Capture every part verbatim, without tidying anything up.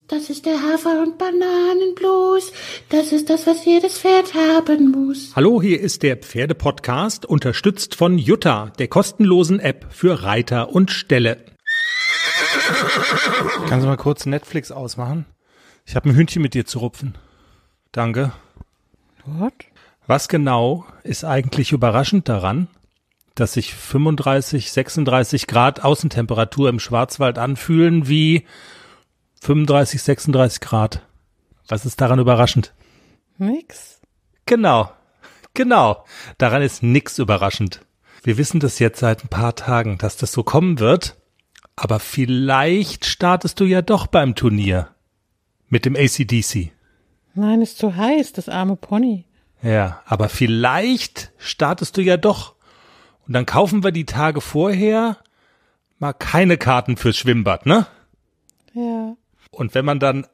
Das ist der Hafer- und Bananenblues. Das ist das, was jedes Pferd haben muss. Hallo, hier ist der Pferdepodcast, unterstützt von Jutta, der kostenlosen App für Reiter und Ställe. Kannst du mal kurz Netflix ausmachen? Ich habe ein Hündchen mit dir zu rupfen. Danke. What? Was genau ist eigentlich überraschend daran, dass sich fünfunddreißig, sechsunddreißig Grad Außentemperatur im Schwarzwald anfühlen wie fünfunddreißig, sechsunddreißig Grad? Was ist daran überraschend? Nix. Genau, genau. Daran ist nix überraschend. Wir wissen das jetzt seit ein paar Tagen, dass das so kommen wird. Aber vielleicht startest du ja doch beim Turnier mit dem A C D C. Nein, ist zu heiß, das arme Pony. Ja, aber vielleicht startest du ja doch. Und dann kaufen wir die Tage vorher mal keine Karten fürs Schwimmbad, ne? Ja. Und wenn man dann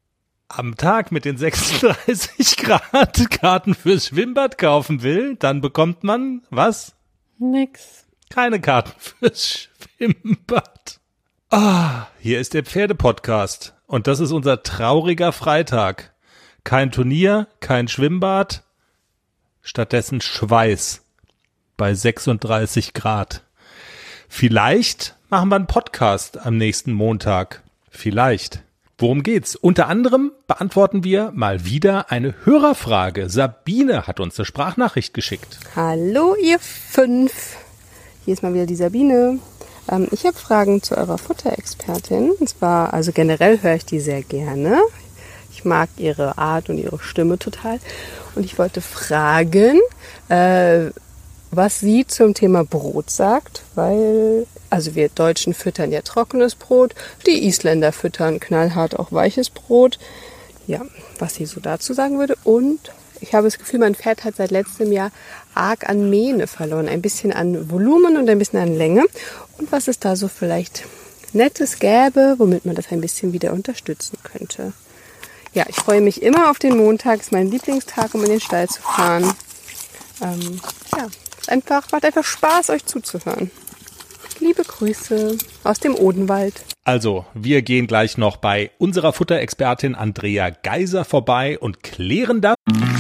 am Tag mit den sechsunddreißig Grad Karten fürs Schwimmbad kaufen will, dann bekommt man, was? Nix. Keine Karten fürs Schwimmbad. Ah, hier ist der Pferdepodcast. Und das ist unser trauriger Freitag. Kein Turnier, kein Schwimmbad, stattdessen Schweiß bei sechsunddreißig Grad. Vielleicht machen wir einen Podcast am nächsten Montag. Vielleicht. Worum geht's? Unter anderem beantworten wir mal wieder eine Hörerfrage. Sabine hat uns eine Sprachnachricht geschickt. Hallo ihr fünf. Hier ist mal wieder die Sabine. Ähm, ich habe Fragen zu eurer Futterexpertin. Und zwar, also generell höre ich die sehr gerne. Ich mag ihre Art und ihre Stimme total. Und ich wollte fragen, äh, was sie zum Thema Brot sagt, weil, also wir Deutschen füttern ja trockenes Brot, die Isländer füttern knallhart auch weiches Brot. Ja, was sie so dazu sagen würde. Und ich habe das Gefühl, mein Pferd hat seit letztem Jahr arg an Mähne verloren. Ein bisschen an Volumen und ein bisschen an Länge. Und was es da so vielleicht Nettes gäbe, womit man das ein bisschen wieder unterstützen könnte. Ja, ich freue mich immer auf den Montag. Das ist mein Lieblingstag, um in den Stall zu fahren. Ähm, ja. Einfach, macht einfach Spaß, euch zuzuhören. Liebe Grüße aus dem Odenwald. Also, wir gehen gleich noch bei unserer Futterexpertin Andrea Geiser vorbei und klären da.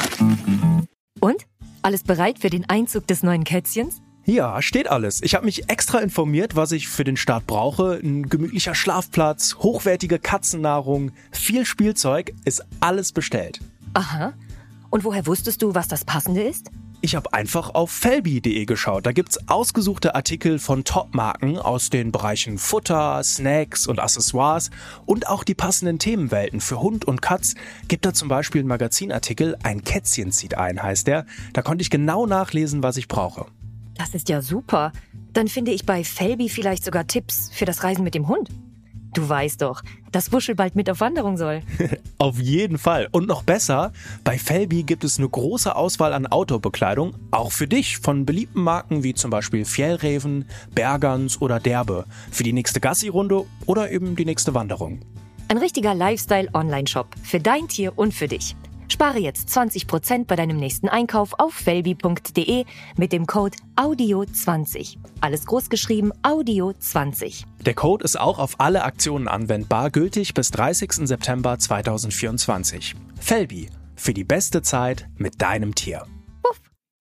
Und? Alles bereit für den Einzug des neuen Kätzchens? Ja, steht alles. Ich habe mich extra informiert, was ich für den Start brauche. Ein gemütlicher Schlafplatz, hochwertige Katzennahrung, viel Spielzeug, ist alles bestellt. Aha. Und woher wusstest du, was das Passende ist? Ich habe einfach auf felbi punkt de geschaut. Da gibt's ausgesuchte Artikel von Top-Marken aus den Bereichen Futter, Snacks und Accessoires und auch die passenden Themenwelten für Hund und Katz. Gibt da zum Beispiel einen Magazinartikel, ein Kätzchen zieht ein, heißt der. Da konnte ich genau nachlesen, was ich brauche. Das ist ja super. Dann finde ich bei Felbi vielleicht sogar Tipps für das Reisen mit dem Hund. Du weißt doch, dass Wuschel bald mit auf Wanderung soll. Auf jeden Fall. Und noch besser, bei Felbi gibt es eine große Auswahl an Outdoor-Bekleidung, auch für dich, von beliebten Marken wie zum Beispiel Fjällräven, Bergans oder Derbe, für die nächste Gassi-Runde oder eben die nächste Wanderung. Ein richtiger Lifestyle-Online-Shop für dein Tier und für dich. Spare jetzt zwanzig Prozent bei deinem nächsten Einkauf auf felbi punkt de mit dem Code Audio zwanzig. Alles großgeschrieben, Audio zwanzig. Der Code ist auch auf alle Aktionen anwendbar, gültig bis dreißigsten September zweitausendvierundzwanzig. Felbi, für die beste Zeit mit deinem Tier. Puff.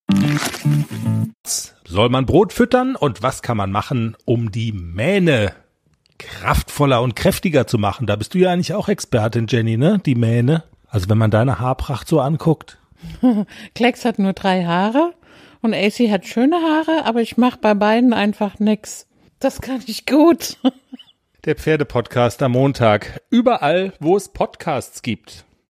Soll man Brot füttern und was kann man machen, um die Mähne kraftvoller und kräftiger zu machen? Da bist du ja eigentlich auch Expertin, Jenny, ne? Die Mähne. Also wenn man deine Haarpracht so anguckt. Klecks hat nur drei Haare und A C hat schöne Haare, aber ich mache bei beiden einfach nix. Das kann ich gut. Der Pferdepodcast am Montag. Überall, wo es Podcasts gibt.